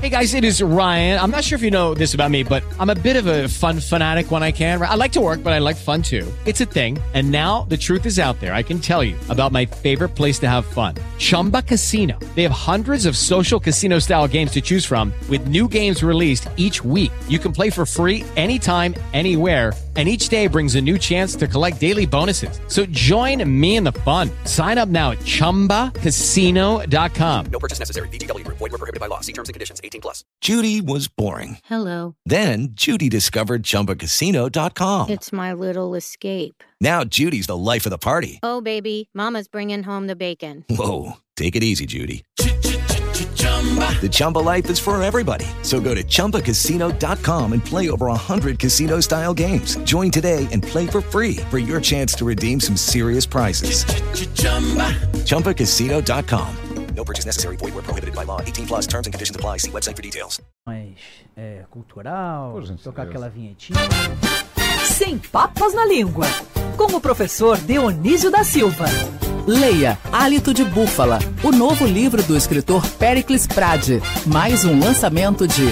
Hey guys, it is Ryan. I'm not sure if you know this about me, but I'm a bit of a fun fanatic when I can. I like to work, but I like fun too. It's a thing. And now the truth is out there. I can tell you about my favorite place to have fun. Chumba Casino. They have hundreds of social casino style games to choose from with new games released each week. You can play for free anytime, anywhere. And each day brings a new chance to collect daily bonuses. So join me in the fun. Sign up now at ChumbaCasino.com. No purchase necessary. VGW Group. Void where prohibited by law. See terms and conditions. 18+. Judy was boring. Hello. Then Judy discovered ChumbaCasino.com. It's my little escape. Now Judy's the life of the party. Oh, baby, mama's bringing home the bacon. Whoa, take it easy, Judy. The Chumba life is for everybody. So go to ChumbaCasino.com and play over 100 casino-style games. Join today and play for free for your chance to redeem some serious prizes. ChumbaCasino.com. No purchase necessary. Void where prohibited by law. 18+. Terms and conditions apply. See website for details. Mais cultural, tocar aquela vinhetinha. Sem papas na língua, com o professor Dionísio da Silva. Leia Hálito de Búfala, o novo livro do escritor Péricles Prade. Mais um lançamento de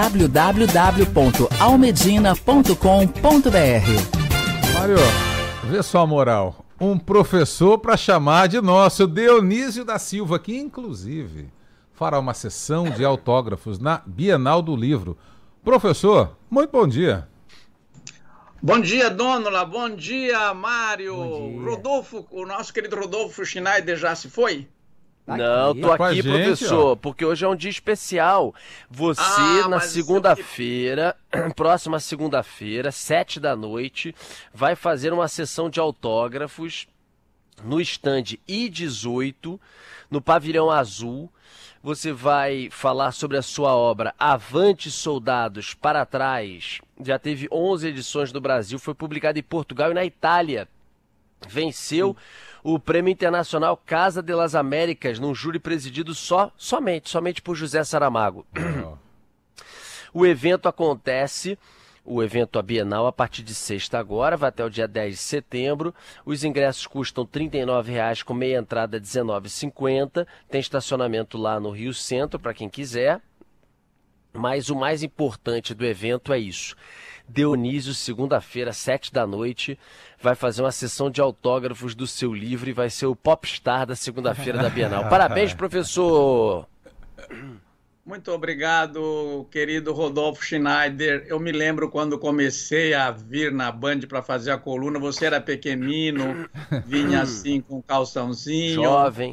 www.almedina.com.br. Mário, vê só a moral. Um professor para chamar de nosso Dionísio da Silva, que inclusive fará uma sessão de autógrafos na Bienal do Livro. Professor, muito bom dia. Bom dia, Dônula. Bom dia, Mário. Bom dia. Rodolfo, o nosso querido Rodolfo Schneider já se foi? Não, tô Com a aqui, gente, professor, ó. porque hoje é um dia especial. Você, na mas segunda-feira, próxima segunda-feira, 19h, vai fazer uma sessão de autógrafos no estande I18, no Pavilhão Azul. Você vai falar sobre a sua obra Avante Soldados para Trás. Já teve 11 edições no Brasil, foi publicado em Portugal e na Itália. Venceu o Prêmio Internacional Casa de las Américas, num júri presidido somente por José Saramago. O evento acontece, a Bienal, a partir de sexta agora, vai até o dia 10 de setembro. Os ingressos custam R$ 39,00, com meia entrada R$ 19,50. Tem estacionamento lá no Rio Centro, para quem quiser. Mas o mais importante do evento é isso. Dionísio, segunda-feira, 19h, vai fazer uma sessão de autógrafos do seu livro e vai ser o popstar da segunda-feira da Bienal. Parabéns, professor! Muito obrigado, querido Rodolfo Schneider. Eu me lembro quando comecei a vir na Band para fazer a coluna, você era pequenino, vinha assim com calçãozinho. Jovem.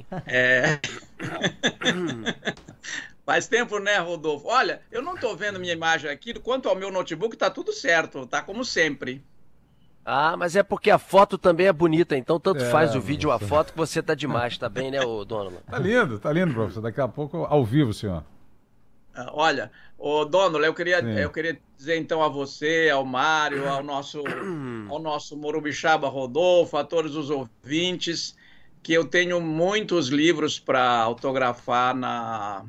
Faz tempo, né, Rodolfo? Olha, eu não estou vendo minha imagem aqui. Quanto ao meu notebook, tá tudo certo, tá como sempre. Ah, mas é porque a foto também é bonita, então tanto faz o vídeo ou a foto que você tá demais, tá bem, né, ô Dônula? Tá lindo, professor. Daqui a pouco, ao vivo, senhor. Olha, ô Dônula, eu queria dizer então a você, ao Mário, ao nosso Morubixaba Rodolfo, a todos os ouvintes, que eu tenho muitos livros para autografar lá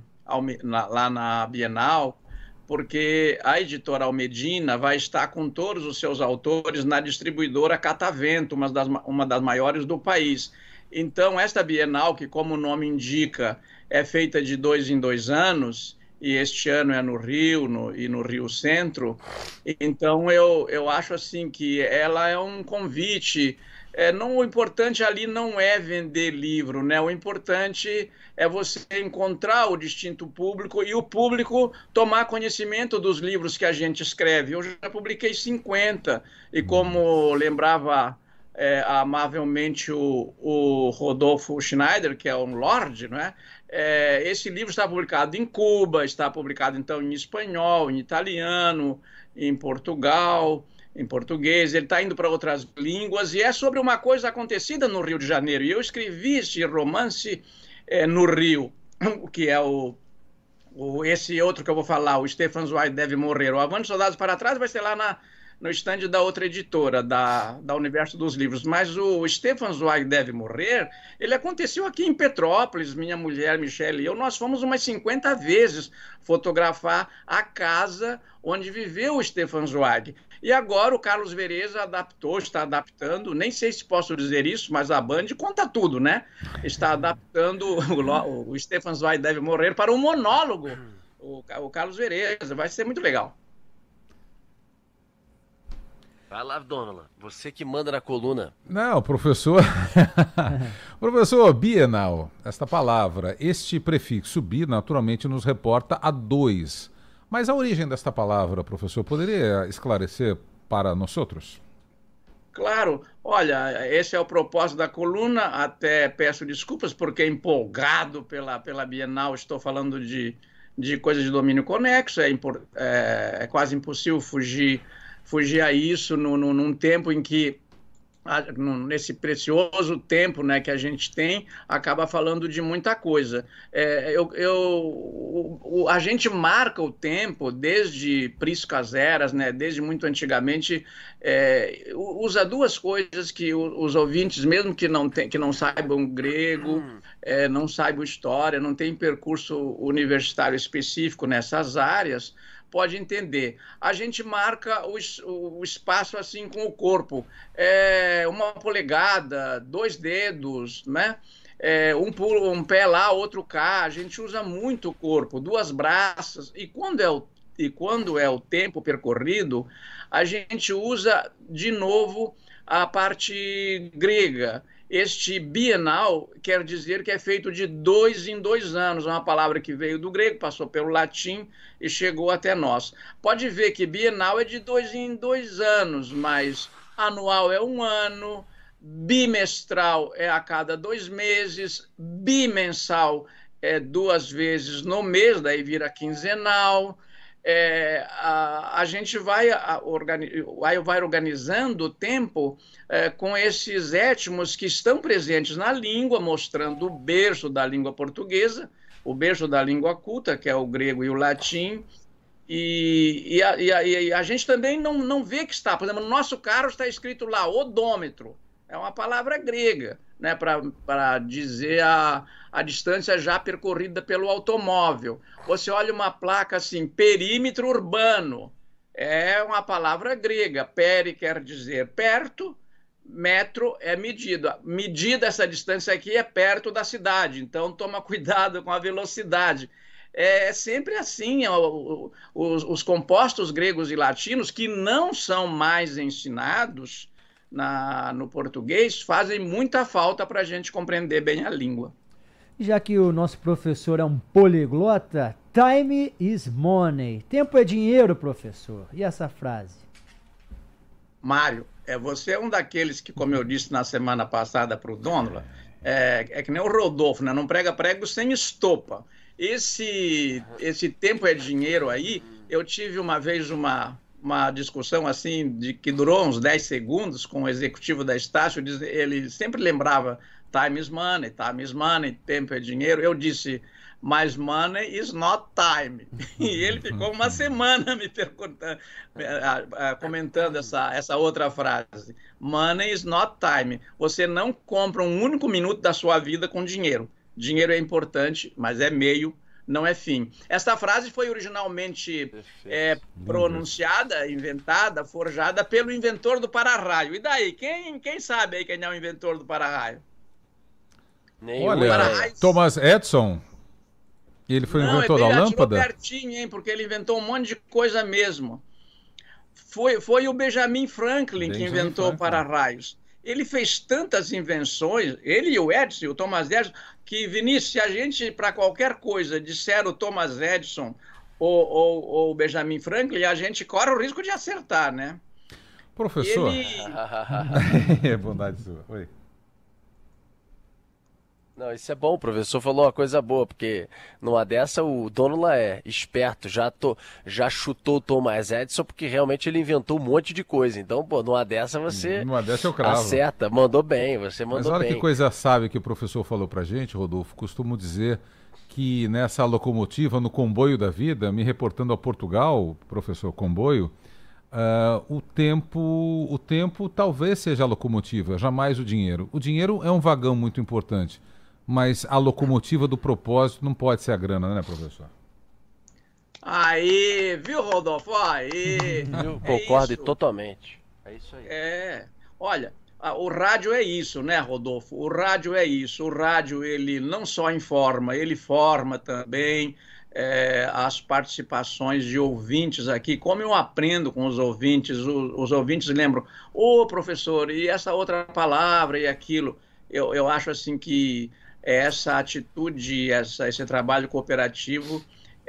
na Bienal, porque a editora Almedina vai estar com todos os seus autores na distribuidora Catavento, uma das maiores do país. Então, esta Bienal, que como o nome indica, é feita de 2 em 2 anos, e este ano é no Rio e no Rio Centro, então eu acho assim que ela é um convite. O importante ali não é vender livro, né? O importante é você encontrar o distinto público e o público tomar conhecimento dos livros que a gente escreve. Eu já publiquei 50 e como lembrava amavelmente o Rodolfo Schneider, que é um lord, não é? Esse livro está publicado em Cuba, está publicado então em espanhol, em italiano, em Portugal, em português, ele está indo para outras línguas e é sobre uma coisa acontecida no Rio de Janeiro. E eu escrevi este romance no Rio, que é esse outro que eu vou falar, o Stefan Zweig Deve Morrer. O Avante Soldados para Trás vai ser lá no estande da outra editora, da Universo dos Livros. Mas o Stefan Zweig Deve Morrer, ele aconteceu aqui em Petrópolis. Minha mulher, Michele e eu, nós fomos umas 50 vezes fotografar a casa onde viveu o Stefan Zweig. E agora o Carlos Vereza está adaptando, nem sei se posso dizer isso, mas a Band conta tudo, né? Está adaptando o Stefan Zweig Deve Morrer para um monólogo o Carlos Vereza. Vai ser muito legal. Vai lá, Dônula. Você que manda na coluna. Não, professor. Professor, bienal, esta palavra, este prefixo bi, naturalmente nos reporta a 2. Mas a origem desta palavra, professor, poderia esclarecer para nós outros? Claro. Olha, esse é o propósito da coluna. Até peço desculpas porque empolgado pela Bienal estou falando de coisas de domínio conexo. É quase impossível fugir a isso num tempo em que, nesse precioso tempo, né, que a gente tem, acaba falando de muita coisa. A gente marca o tempo desde priscas eras, né, desde muito antigamente, usa duas coisas que os ouvintes, mesmo que não saibam grego, não saibam história, não tem percurso universitário específico nessas áreas, pode entender. A gente marca o espaço assim com o corpo. 1 polegada, 2 dedos, né? Um pé lá, outro cá. A gente usa muito o corpo, 2 braças. E quando é o tempo percorrido, a gente usa de novo a parte grega. Este bienal quer dizer que é feito de 2 em 2 anos, uma palavra que veio do grego, passou pelo latim e chegou até nós. Pode ver que bienal é de 2 em 2 anos, mas anual é 1 ano, bimestral é a cada 2 meses, bimensal é 2 vezes no mês, daí vira quinzenal. A gente vai organizando o tempo com esses étimos que estão presentes na língua, mostrando o berço da língua portuguesa, o berço da língua culta, que é o grego e o latim, e a gente também não vê que está. Por exemplo, no nosso carro está escrito lá, odômetro, é uma palavra grega, né, para dizer a distância já percorrida pelo automóvel. Você olha uma placa assim, perímetro urbano, é uma palavra grega. Peri quer dizer perto, metro é medida. Medida, essa distância aqui é perto da cidade, então toma cuidado com a velocidade. É sempre assim, os compostos gregos e latinos, que não são mais ensinados no português, fazem muita falta para a gente compreender bem a língua. Já que o nosso professor é um poliglota, time is money. Tempo é dinheiro, professor. E essa frase? Mário, você é um daqueles que, como eu disse na semana passada para o Dônula, é que nem o Rodolfo, né? Não prega prego sem estopa. Esse tempo é dinheiro aí, eu tive uma vez uma discussão assim, que durou uns 10 segundos com o executivo da Estácio. Ele sempre lembrava time is money, tempo é dinheiro. Eu disse, mas money is not time. E ele ficou uma semana me perguntando, comentando essa outra frase. Money is not time. Você não compra um único minuto da sua vida com dinheiro. Dinheiro é importante, mas é meio, não é fim. Esta frase foi originalmente pronunciada, inventada, forjada pelo inventor do para-raio. E daí? Quem sabe aí quem é o inventor do para-raio? Olha, Thomas Edison, ele foi o inventor da lâmpada? Não, pertinho, hein, porque ele inventou um monte de coisa mesmo. Foi o Benjamin Franklin que inventou o para-raios. Ele fez tantas invenções, ele e o Edison, o Thomas Edison, que, Vinícius, se a gente, para qualquer coisa, disser o Thomas Edison ou o Benjamin Franklin, a gente corre o risco de acertar, né? Professor... É bondade sua. Oi. Não, isso é bom, o professor falou uma coisa boa, porque numa dessa o Dônula é esperto, já chutou o Thomas Edison, porque realmente ele inventou um monte de coisa. Então, pô, numa dessa você eu cravo. Acerta, mandou bem, você mandou bem. Mas olha que coisa sábia que o professor falou pra gente, Rodolfo. Costumo dizer que nessa locomotiva, no comboio da vida, me reportando a Portugal, professor comboio, o tempo talvez seja a locomotiva, jamais o dinheiro. O dinheiro é um vagão muito importante. Mas a locomotiva do propósito não pode ser a grana, né, professor? Aí, viu, Rodolfo? Aí. Eu concordo totalmente. É isso aí. Olha, o rádio é isso, né, Rodolfo? O rádio é isso. O rádio, ele não só informa, ele forma também. as participações de ouvintes aqui, como eu aprendo com os ouvintes lembram, professor, e essa outra palavra e aquilo, eu acho assim que essa atitude, esse trabalho cooperativo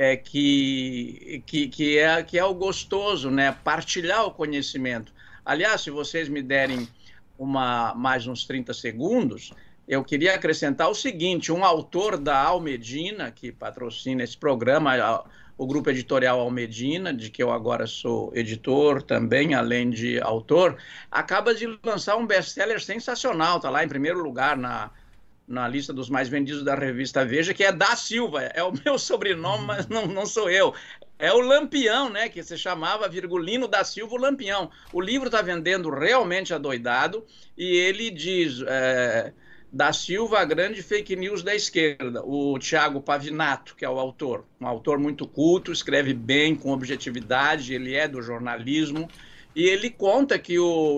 que é o gostoso, né? Partilhar o conhecimento. Aliás, se vocês me derem mais uns 30 segundos, eu queria acrescentar o seguinte: um autor da Almedina, que patrocina esse programa, o Grupo Editorial Almedina, de que eu agora sou editor também, além de autor, acaba de lançar um best-seller sensacional, está lá em primeiro lugar na lista dos mais vendidos da revista Veja, que é da Silva, é o meu sobrenome, mas não sou eu. É o Lampião, né, que se chamava Virgulino da Silva, o Lampião. O livro está vendendo realmente adoidado, e ele diz, da Silva, a grande fake news da esquerda. O Thiago Pavinato, que é o autor, um autor muito culto, escreve bem, com objetividade, ele é do jornalismo, e ele conta que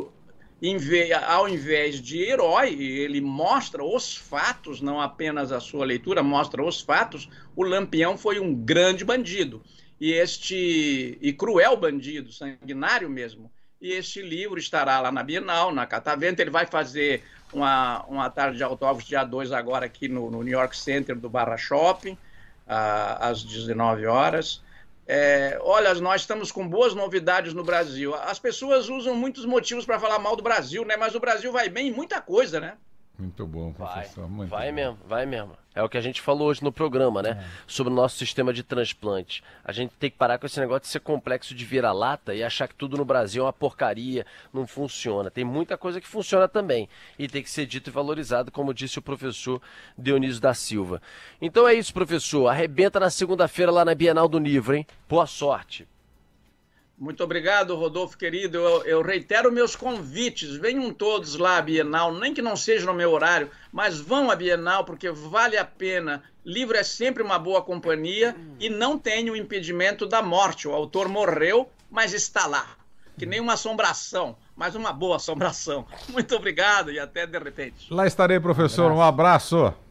ao invés de herói, ele mostra os fatos, não apenas a sua leitura, mostra os fatos. O Lampião foi um grande bandido, e cruel bandido, sanguinário mesmo. E este livro estará lá na Bienal, na Catavento. Ele vai fazer uma tarde de autógrafos dia 2 agora aqui no New York Center do Barra Shopping, às 19 horas. Olha, nós estamos com boas novidades no Brasil. As pessoas usam muitos motivos para falar mal do Brasil, né? Mas o Brasil vai bem em muita coisa, né? Muito bom, professor. Vai mesmo. É o que a gente falou hoje no programa, né? Sobre o nosso sistema de transplante. A gente tem que parar com esse negócio de ser complexo de vira-lata e achar que tudo no Brasil é uma porcaria, não funciona. Tem muita coisa que funciona também e tem que ser dito e valorizado, como disse o professor Dionísio da Silva. Então é isso, professor. Arrebenta na segunda-feira lá na Bienal do Livro, hein? Boa sorte. Muito obrigado, Rodolfo, querido. Eu reitero meus convites. Venham todos lá à Bienal, nem que não seja no meu horário, mas vão à Bienal, porque vale a pena. Livro é sempre uma boa companhia e não tem o impedimento da morte. O autor morreu, mas está lá. Que nem uma assombração, mas uma boa assombração. Muito obrigado e até de repente. Lá estarei, professor. Um abraço.